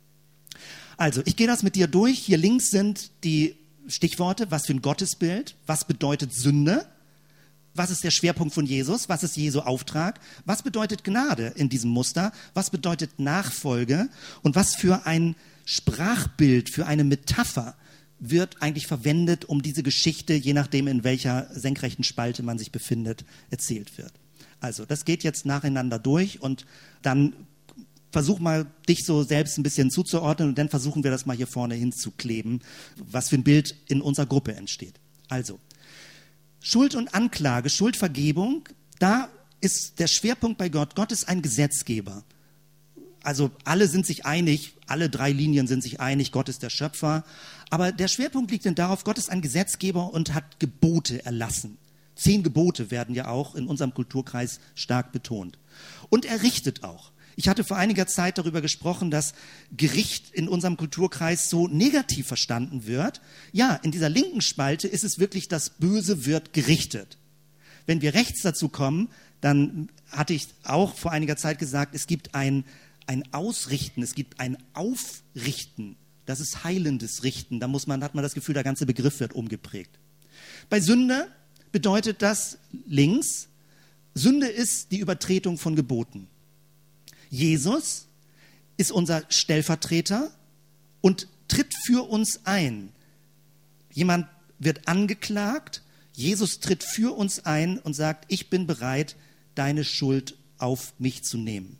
Also, ich gehe das mit dir durch. Hier links sind die Stichworte, was für ein Gottesbild, was bedeutet Sünde, was ist der Schwerpunkt von Jesus, was ist Jesu Auftrag, was bedeutet Gnade in diesem Muster, was bedeutet Nachfolge und was für ein Sprachbild, für eine Metapher wird eigentlich verwendet, um diese Geschichte, je nachdem in welcher senkrechten Spalte man sich befindet, erzählt wird. Also, das geht jetzt nacheinander durch und dann versuch mal, dich so selbst ein bisschen zuzuordnen und dann versuchen wir das mal hier vorne hinzukleben, was für ein Bild in unserer Gruppe entsteht. Also, Schuld und Anklage, Schuldvergebung, da ist der Schwerpunkt bei Gott. Gott ist ein Gesetzgeber. Also alle sind sich einig, alle 3 Linien sind sich einig, Gott ist der Schöpfer, Aber der Schwerpunkt liegt dann darauf, Gott ist ein Gesetzgeber und hat Gebote erlassen. 10 Gebote werden ja auch in unserem Kulturkreis stark betont. Und er richtet auch. Ich hatte vor einiger Zeit darüber gesprochen, dass Gericht in unserem Kulturkreis so negativ verstanden wird. Ja, in dieser linken Spalte ist es wirklich, das Böse wird gerichtet. Wenn wir rechts dazu kommen, dann hatte ich auch vor einiger Zeit gesagt, es gibt ein Ausrichten, es gibt ein Aufrichten. Das ist heilendes Richten. Da hat man das Gefühl, der ganze Begriff wird umgeprägt. Bei Sünde bedeutet das links, Sünde ist die Übertretung von Geboten. Jesus ist unser Stellvertreter und tritt für uns ein. Jemand wird angeklagt, Jesus tritt für uns ein und sagt, ich bin bereit, deine Schuld auf mich zu nehmen.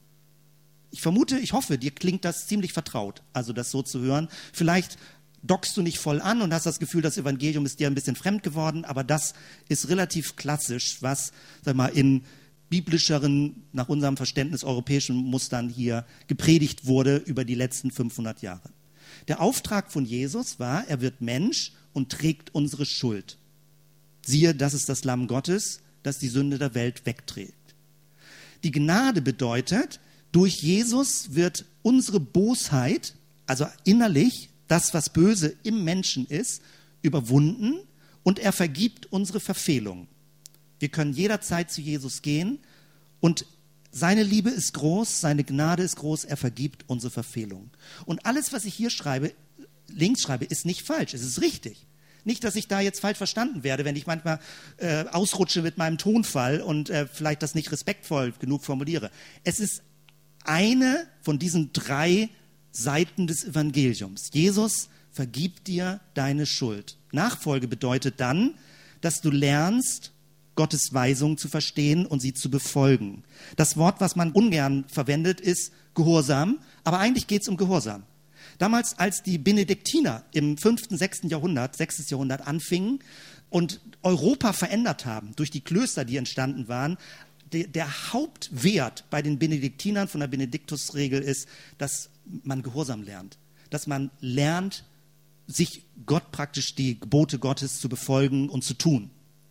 Ich hoffe, dir klingt das ziemlich vertraut, also das so zu hören. Vielleicht dockst du nicht voll an und hast das Gefühl, das Evangelium ist dir ein bisschen fremd geworden, aber das ist relativ klassisch, was, in biblischeren, nach unserem Verständnis europäischen Mustern hier gepredigt wurde über die letzten 500 Jahre. Der Auftrag von Jesus war, er wird Mensch und trägt unsere Schuld. Siehe, das ist das Lamm Gottes, das die Sünde der Welt wegträgt. Die Gnade bedeutet, durch Jesus wird unsere Bosheit, also innerlich, das, was böse im Menschen ist, überwunden und er vergibt unsere Verfehlungen. Wir können jederzeit zu Jesus gehen und seine Liebe ist groß, seine Gnade ist groß, er vergibt unsere Verfehlungen. Und alles, was ich hier links schreibe, ist nicht falsch, es ist richtig. Nicht, dass ich da jetzt falsch verstanden werde, wenn ich manchmal ausrutsche mit meinem Tonfall und vielleicht das nicht respektvoll genug formuliere. Es ist eine von diesen 3 Seiten des Evangeliums. Jesus vergibt dir deine Schuld. Nachfolge bedeutet dann, dass du lernst, Gottes Weisungen zu verstehen und sie zu befolgen. Das Wort, was man ungern verwendet, ist Gehorsam, aber eigentlich geht es um Gehorsam. Damals, als die Benediktiner im 5., 6. Jahrhundert anfingen und Europa verändert haben durch die Klöster, die entstanden waren, der Hauptwert bei den Benediktinern von der Benediktusregel ist, dass man Gehorsam lernt. Dass man lernt, sich Gott praktisch die Gebote Gottes zu befolgen und zu tun.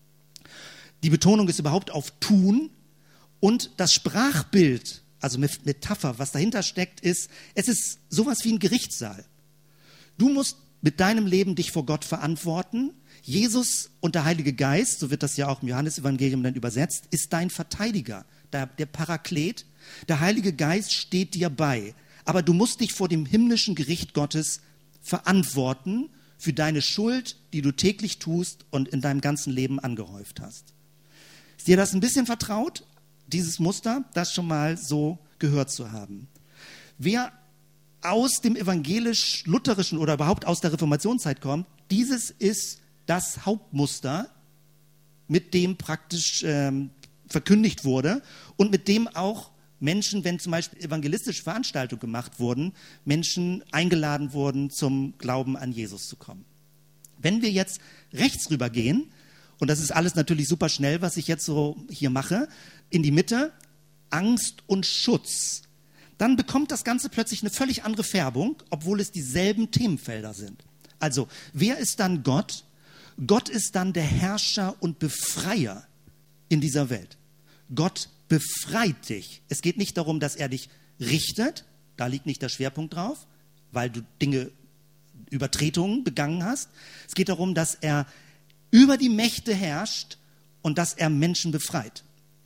Die Betonung ist überhaupt auf tun und das Sprachbild, also Metapher, was dahinter steckt, ist, es ist sowas wie ein Gerichtssaal. Du musst mit deinem Leben dich vor Gott verantworten. Jesus und der Heilige Geist, so wird das ja auch im Johannesevangelium dann übersetzt, ist dein Verteidiger, der Paraklet. Der Heilige Geist steht dir bei. Aber du musst dich vor dem himmlischen Gericht Gottes verantworten für deine Schuld, die du täglich tust und in deinem ganzen Leben angehäuft hast. Ist dir das ein bisschen vertraut, dieses Muster, das schon mal so gehört zu haben? Wer aus dem evangelisch-lutherischen oder überhaupt aus der Reformationszeit kommt, dieses ist das Hauptmuster, mit dem praktisch verkündigt wurde und mit dem auch Menschen, wenn zum Beispiel evangelistische Veranstaltungen gemacht wurden, Menschen eingeladen wurden, zum Glauben an Jesus zu kommen. Wenn wir jetzt rechts rüber gehen, und das ist alles natürlich super schnell, was ich jetzt so hier mache, in die Mitte, Angst und Schutz, dann bekommt das Ganze plötzlich eine völlig andere Färbung, obwohl es dieselben Themenfelder sind. Also, wer ist dann Gott? Gott ist dann der Herrscher und Befreier in dieser Welt. Gott befreit dich. Es geht nicht darum, dass er dich richtet, da liegt nicht der Schwerpunkt drauf, weil du Übertretungen begangen hast. Es geht darum, dass er über die Mächte herrscht und dass er Menschen befreit.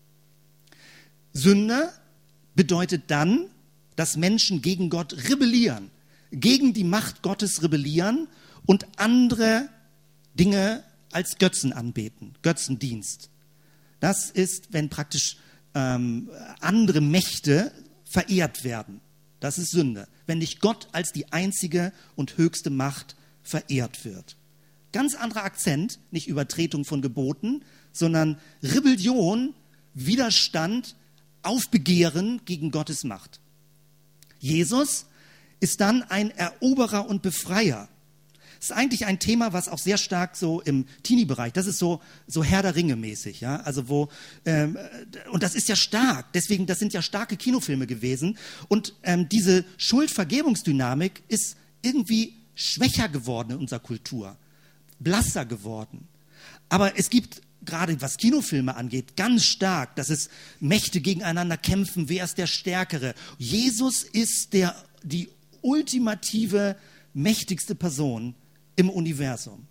Sünde bedeutet dann, dass Menschen gegen Gott rebellieren, gegen die Macht Gottes rebellieren und andere Dinge als Götzen anbeten, Götzendienst. Das ist, wenn praktisch andere Mächte verehrt werden. Das ist Sünde. Wenn nicht Gott als die einzige und höchste Macht verehrt wird. Ganz anderer Akzent, nicht Übertretung von Geboten, sondern Rebellion, Widerstand, Aufbegehren gegen Gottes Macht. Jesus ist dann ein Eroberer und Befreier. Das ist eigentlich ein Thema, was auch sehr stark so im Teenie-Bereich, das ist so Herr der Ringe mäßig, ja, also und das ist ja stark, deswegen, das sind ja starke Kinofilme gewesen und diese Schuldvergebungsdynamik ist irgendwie schwächer geworden in unserer Kultur, blasser geworden. Aber es gibt, gerade was Kinofilme angeht, ganz stark, dass es Mächte gegeneinander kämpfen, wer ist der Stärkere. Jesus ist die ultimative, mächtigste Person im Universum.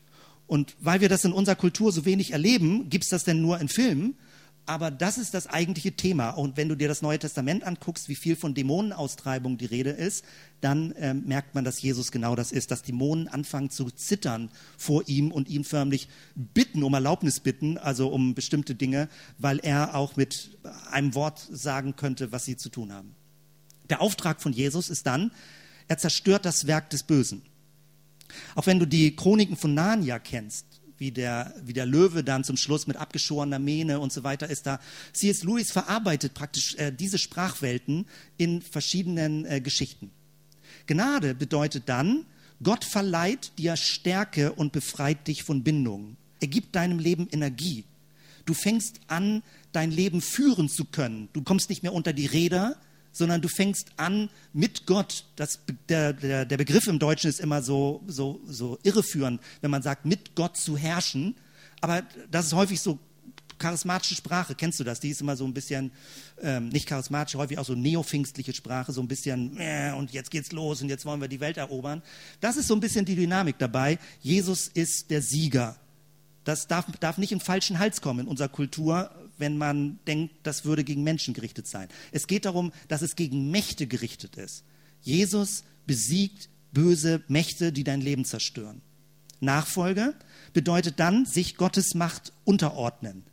Und weil wir das in unserer Kultur so wenig erleben, gibt es das denn nur in Filmen, aber das ist das eigentliche Thema. Und wenn du dir das Neue Testament anguckst, wie viel von Dämonenaustreibung die Rede ist, dann merkt man, dass Jesus genau das ist, dass Dämonen anfangen zu zittern vor ihm und ihn förmlich bitten, um Erlaubnis bitten, also um bestimmte Dinge, weil er auch mit einem Wort sagen könnte, was sie zu tun haben. Der Auftrag von Jesus ist dann, er zerstört das Werk des Bösen. Auch wenn du die Chroniken von Narnia kennst, wie der Löwe dann zum Schluss mit abgeschorener Mähne und so weiter ist da. C.S. Lewis verarbeitet praktisch diese Sprachwelten in verschiedenen Geschichten. Gnade bedeutet dann, Gott verleiht dir Stärke und befreit dich von Bindungen. Er gibt deinem Leben Energie. Du fängst an, dein Leben führen zu können. Du kommst nicht mehr unter die Räder, sondern du fängst an mit Gott. Der Begriff im Deutschen ist immer so irreführend, wenn man sagt, mit Gott zu herrschen. Aber das ist häufig so charismatische Sprache. Kennst du das? Die ist immer so ein bisschen, nicht charismatisch, häufig auch so neopfingstliche Sprache, so ein bisschen, und jetzt geht's los und jetzt wollen wir die Welt erobern. Das ist so ein bisschen die Dynamik dabei. Jesus ist der Sieger. Das darf nicht im falschen Hals kommen in unserer Kultur, wenn man denkt, das würde gegen Menschen gerichtet sein. Es geht darum, dass es gegen Mächte gerichtet ist. Jesus besiegt böse Mächte, die dein Leben zerstören. Nachfolge bedeutet dann, sich Gottes Macht unterordnen.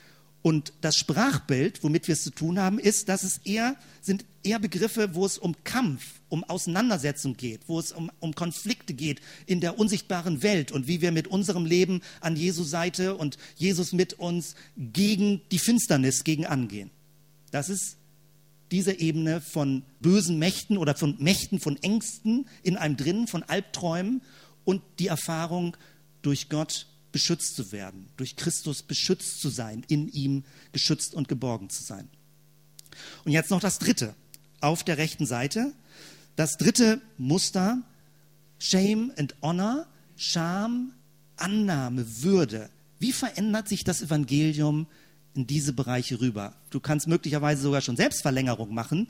Und das Sprachbild, womit wir es zu tun haben, ist, dass sind eher Begriffe, wo es um Kampf, um Auseinandersetzung geht, wo es um Konflikte geht in der unsichtbaren Welt und wie wir mit unserem Leben an Jesu Seite und Jesus mit uns gegen die Finsternis angehen. Das ist diese Ebene von bösen Mächten oder von Mächten, von Ängsten in einem drin, von Albträumen und die Erfahrung, durch Gott beschützt zu werden, durch Christus beschützt zu sein, in ihm geschützt und geborgen zu sein. Und jetzt noch das dritte, auf der rechten Seite. Das dritte Muster, Shame and Honor, Scham, Annahme, Würde. Wie verändert sich das Evangelium in diese Bereiche rüber? Du kannst möglicherweise sogar schon Selbstverlängerung machen,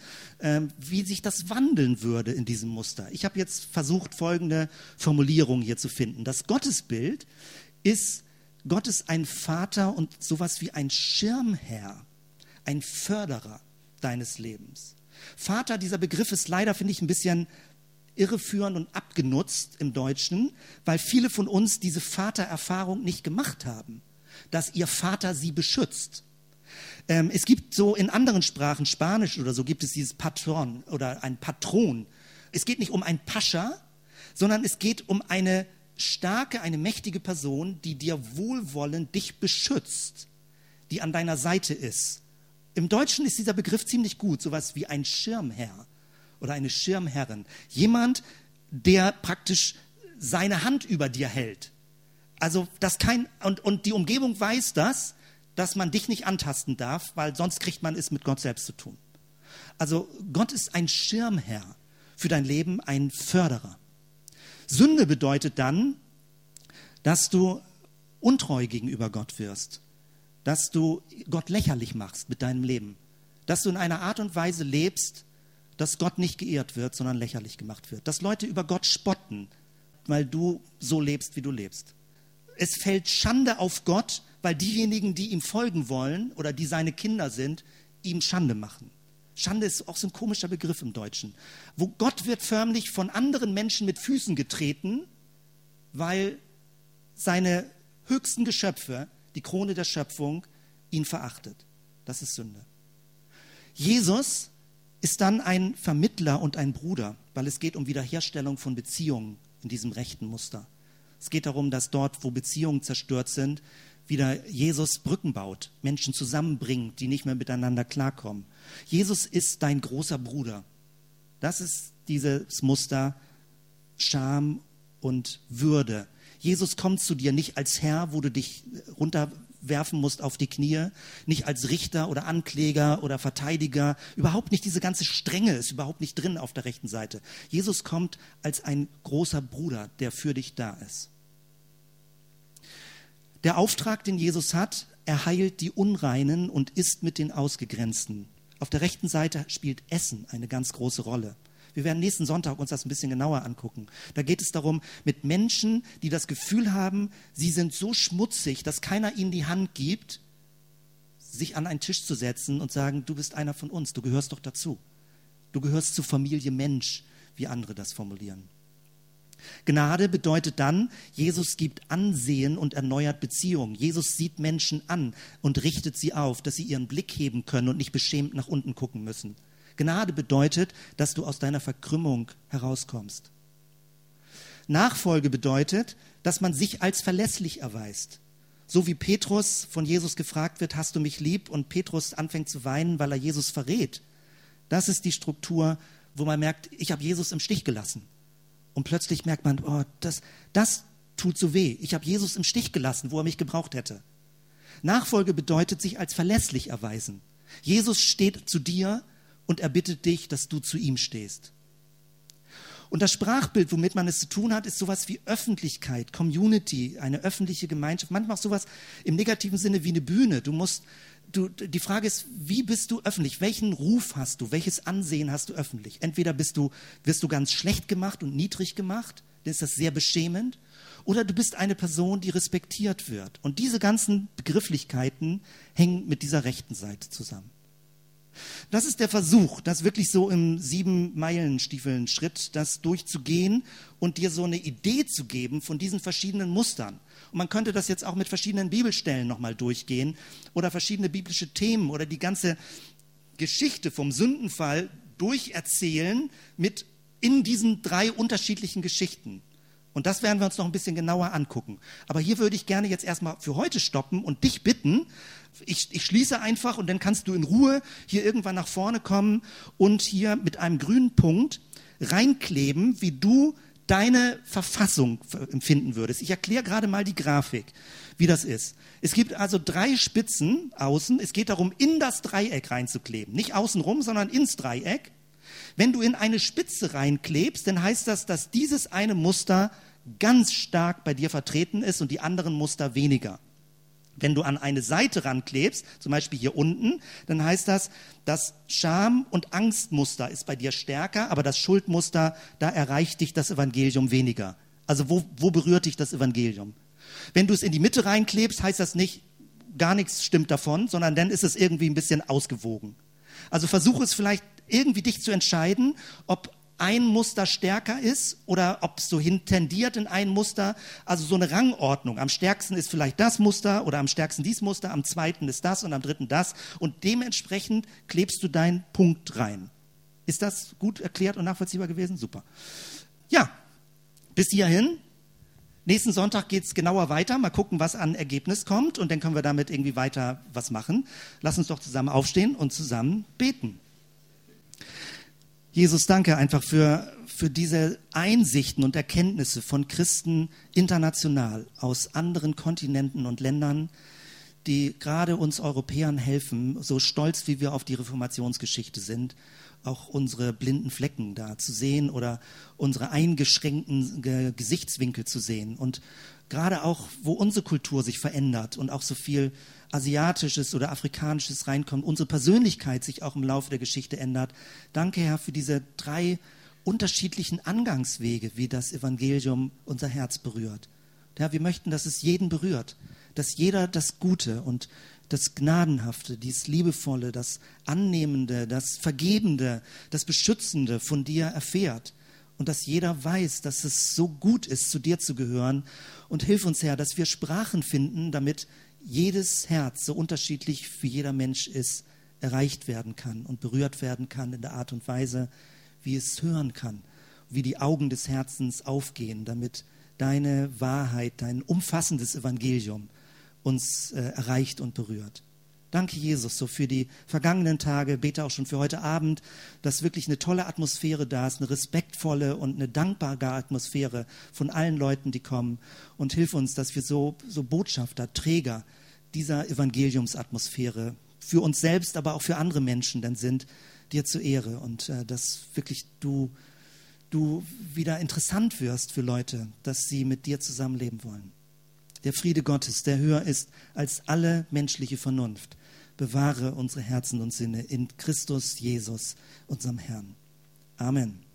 wie sich das wandeln würde in diesem Muster. Ich habe jetzt versucht, folgende Formulierung hier zu finden. Das Gottesbild ist, Gott ist ein Vater und sowas wie ein Schirmherr, ein Förderer deines Lebens. Vater, dieser Begriff ist leider, finde ich, ein bisschen irreführend und abgenutzt im Deutschen, weil viele von uns diese Vatererfahrung nicht gemacht haben, dass ihr Vater sie beschützt. Es gibt so in anderen Sprachen, Spanisch oder so, gibt es dieses Patron oder ein Patron. Es geht nicht um ein Pascha, sondern es geht um eine starke, eine mächtige Person, die dir wohlwollend dich beschützt, die an deiner Seite ist. Im Deutschen ist dieser Begriff ziemlich gut, sowas wie ein Schirmherr oder eine Schirmherrin. Jemand, der praktisch seine Hand über dir hält. Also und die Umgebung weiß das, dass man dich nicht antasten darf, weil sonst kriegt man es mit Gott selbst zu tun. Also Gott ist ein Schirmherr für dein Leben, ein Förderer. Sünde bedeutet dann, dass du untreu gegenüber Gott wirst, dass du Gott lächerlich machst mit deinem Leben, dass du in einer Art und Weise lebst, dass Gott nicht geehrt wird, sondern lächerlich gemacht wird, dass Leute über Gott spotten, weil du so lebst, wie du lebst. Es fällt Schande auf Gott, weil diejenigen, die ihm folgen wollen oder die seine Kinder sind, ihm Schande machen. Schande ist auch so ein komischer Begriff im Deutschen. Wo Gott wird förmlich von anderen Menschen mit Füßen getreten, weil seine höchsten Geschöpfe, die Krone der Schöpfung, ihn verachtet. Das ist Sünde. Jesus ist dann ein Vermittler und ein Bruder, weil es geht um Wiederherstellung von Beziehungen in diesem rechten Muster. Es geht darum, dass dort, wo Beziehungen zerstört sind, wieder Jesus Brücken baut, Menschen zusammenbringt, die nicht mehr miteinander klarkommen. Jesus ist dein großer Bruder. Das ist dieses Muster Scham und Würde. Jesus kommt zu dir nicht als Herr, wo du dich werfen musst auf die Knie, nicht als Richter oder Ankläger oder Verteidiger, überhaupt nicht, diese ganze Strenge ist überhaupt nicht drin auf der rechten Seite. Jesus kommt als ein großer Bruder, der für dich da ist. Der Auftrag, den Jesus hat, er heilt die Unreinen und isst mit den Ausgegrenzten. Auf der rechten Seite spielt Essen eine ganz große Rolle. Wir werden nächsten Sonntag uns das ein bisschen genauer angucken. Da geht es darum, mit Menschen, die das Gefühl haben, sie sind so schmutzig, dass keiner ihnen die Hand gibt, sich an einen Tisch zu setzen und sagen, du bist einer von uns, du gehörst doch dazu. Du gehörst zur Familie Mensch, wie andere das formulieren. Gnade bedeutet dann, Jesus gibt Ansehen und erneuert Beziehungen. Jesus sieht Menschen an und richtet sie auf, dass sie ihren Blick heben können und nicht beschämt nach unten gucken müssen. Gnade bedeutet, dass du aus deiner Verkrümmung herauskommst. Nachfolge bedeutet, dass man sich als verlässlich erweist. So wie Petrus von Jesus gefragt wird, hast du mich lieb? Und Petrus anfängt zu weinen, weil er Jesus verrät. Das ist die Struktur, wo man merkt, ich habe Jesus im Stich gelassen. Und plötzlich merkt man, oh, das tut so weh. Ich habe Jesus im Stich gelassen, wo er mich gebraucht hätte. Nachfolge bedeutet, sich als verlässlich erweisen. Jesus steht zu dir und er bittet dich, dass du zu ihm stehst. Und das Sprachbild, womit man es zu tun hat, ist sowas wie Öffentlichkeit, Community, eine öffentliche Gemeinschaft. Manchmal auch sowas im negativen Sinne wie eine Bühne. Die Frage ist, wie bist du öffentlich? Welchen Ruf hast du? Welches Ansehen hast du öffentlich? Entweder wirst du ganz schlecht gemacht und niedrig gemacht, dann ist das sehr beschämend. Oder du bist eine Person, die respektiert wird. Und diese ganzen Begrifflichkeiten hängen mit dieser rechten Seite zusammen. Das ist der Versuch, das wirklich so im 7-Meilen-Stiefeln-Schritt, das durchzugehen und dir so eine Idee zu geben von diesen verschiedenen Mustern. Und man könnte das jetzt auch mit verschiedenen Bibelstellen nochmal durchgehen oder verschiedene biblische Themen oder die ganze Geschichte vom Sündenfall durcherzählen in diesen 3 unterschiedlichen Geschichten. Und das werden wir uns noch ein bisschen genauer angucken. Aber hier würde ich gerne jetzt erstmal für heute stoppen und dich bitten, ich schließe einfach und dann kannst du in Ruhe hier irgendwann nach vorne kommen und hier mit einem grünen Punkt reinkleben, wie du deine Verfassung empfinden würdest. Ich erkläre gerade mal die Grafik, wie das ist. Es gibt also 3 Spitzen außen. Es geht darum, in das Dreieck reinzukleben. Nicht außenrum, sondern ins Dreieck. Wenn du in eine Spitze reinklebst, dann heißt das, dass dieses eine Muster ganz stark bei dir vertreten ist und die anderen Muster weniger. Wenn du an eine Seite ranklebst, zum Beispiel hier unten, dann heißt das, das Scham- und Angstmuster ist bei dir stärker, aber das Schuldmuster, da erreicht dich das Evangelium weniger. Also wo berührt dich das Evangelium? Wenn du es in die Mitte reinklebst, heißt das nicht, gar nichts stimmt davon, sondern dann ist es irgendwie ein bisschen ausgewogen. Also versuche es vielleicht irgendwie dich zu entscheiden, ob ein Muster stärker ist oder ob es so hin tendiert in ein Muster, also so eine Rangordnung. Am stärksten ist vielleicht das Muster oder am stärksten dies Muster, am zweiten ist das und am dritten das und dementsprechend klebst du deinen Punkt rein. Ist das gut erklärt und nachvollziehbar gewesen? Super. Ja, bis hierhin. Nächsten Sonntag geht es genauer weiter. Mal gucken, was an Ergebnis kommt und dann können wir damit irgendwie weiter was machen. Lass uns doch zusammen aufstehen und zusammen beten. Jesus, danke einfach für diese Einsichten und Erkenntnisse von Christen international aus anderen Kontinenten und Ländern, die gerade uns Europäern helfen, so stolz wie wir auf die Reformationsgeschichte sind, auch unsere blinden Flecken da zu sehen oder unsere eingeschränkten Gesichtswinkel zu sehen. Und gerade auch, wo unsere Kultur sich verändert und auch so viel Asiatisches oder Afrikanisches reinkommt, unsere Persönlichkeit sich auch im Laufe der Geschichte ändert. Danke, Herr, für diese 3 unterschiedlichen Angangswege, wie das Evangelium unser Herz berührt. Herr, wir möchten, dass es jeden berührt, dass jeder das Gute und das Gnadenhafte, dieses Liebevolle, das Annehmende, das Vergebende, das Beschützende von dir erfährt. Und dass jeder weiß, dass es so gut ist, zu dir zu gehören. Und hilf uns, Herr, dass wir Sprachen finden, damit jedes Herz, so unterschiedlich wie jeder Mensch ist, erreicht werden kann und berührt werden kann in der Art und Weise, wie es hören kann, wie die Augen des Herzens aufgehen, damit deine Wahrheit, dein umfassendes Evangelium uns erreicht und berührt. Danke, Jesus, so für die vergangenen Tage, bete auch schon für heute Abend, dass wirklich eine tolle Atmosphäre da ist, eine respektvolle und eine dankbare Atmosphäre von allen Leuten, die kommen. Und hilf uns, dass wir so Botschafter, Träger dieser Evangeliumsatmosphäre für uns selbst, aber auch für andere Menschen dann sind, dir zur Ehre. Und dass wirklich du wieder interessant wirst für Leute, dass sie mit dir zusammenleben wollen. Der Friede Gottes, der höher ist als alle menschliche Vernunft, bewahre unsere Herzen und Sinne in Christus Jesus, unserem Herrn. Amen.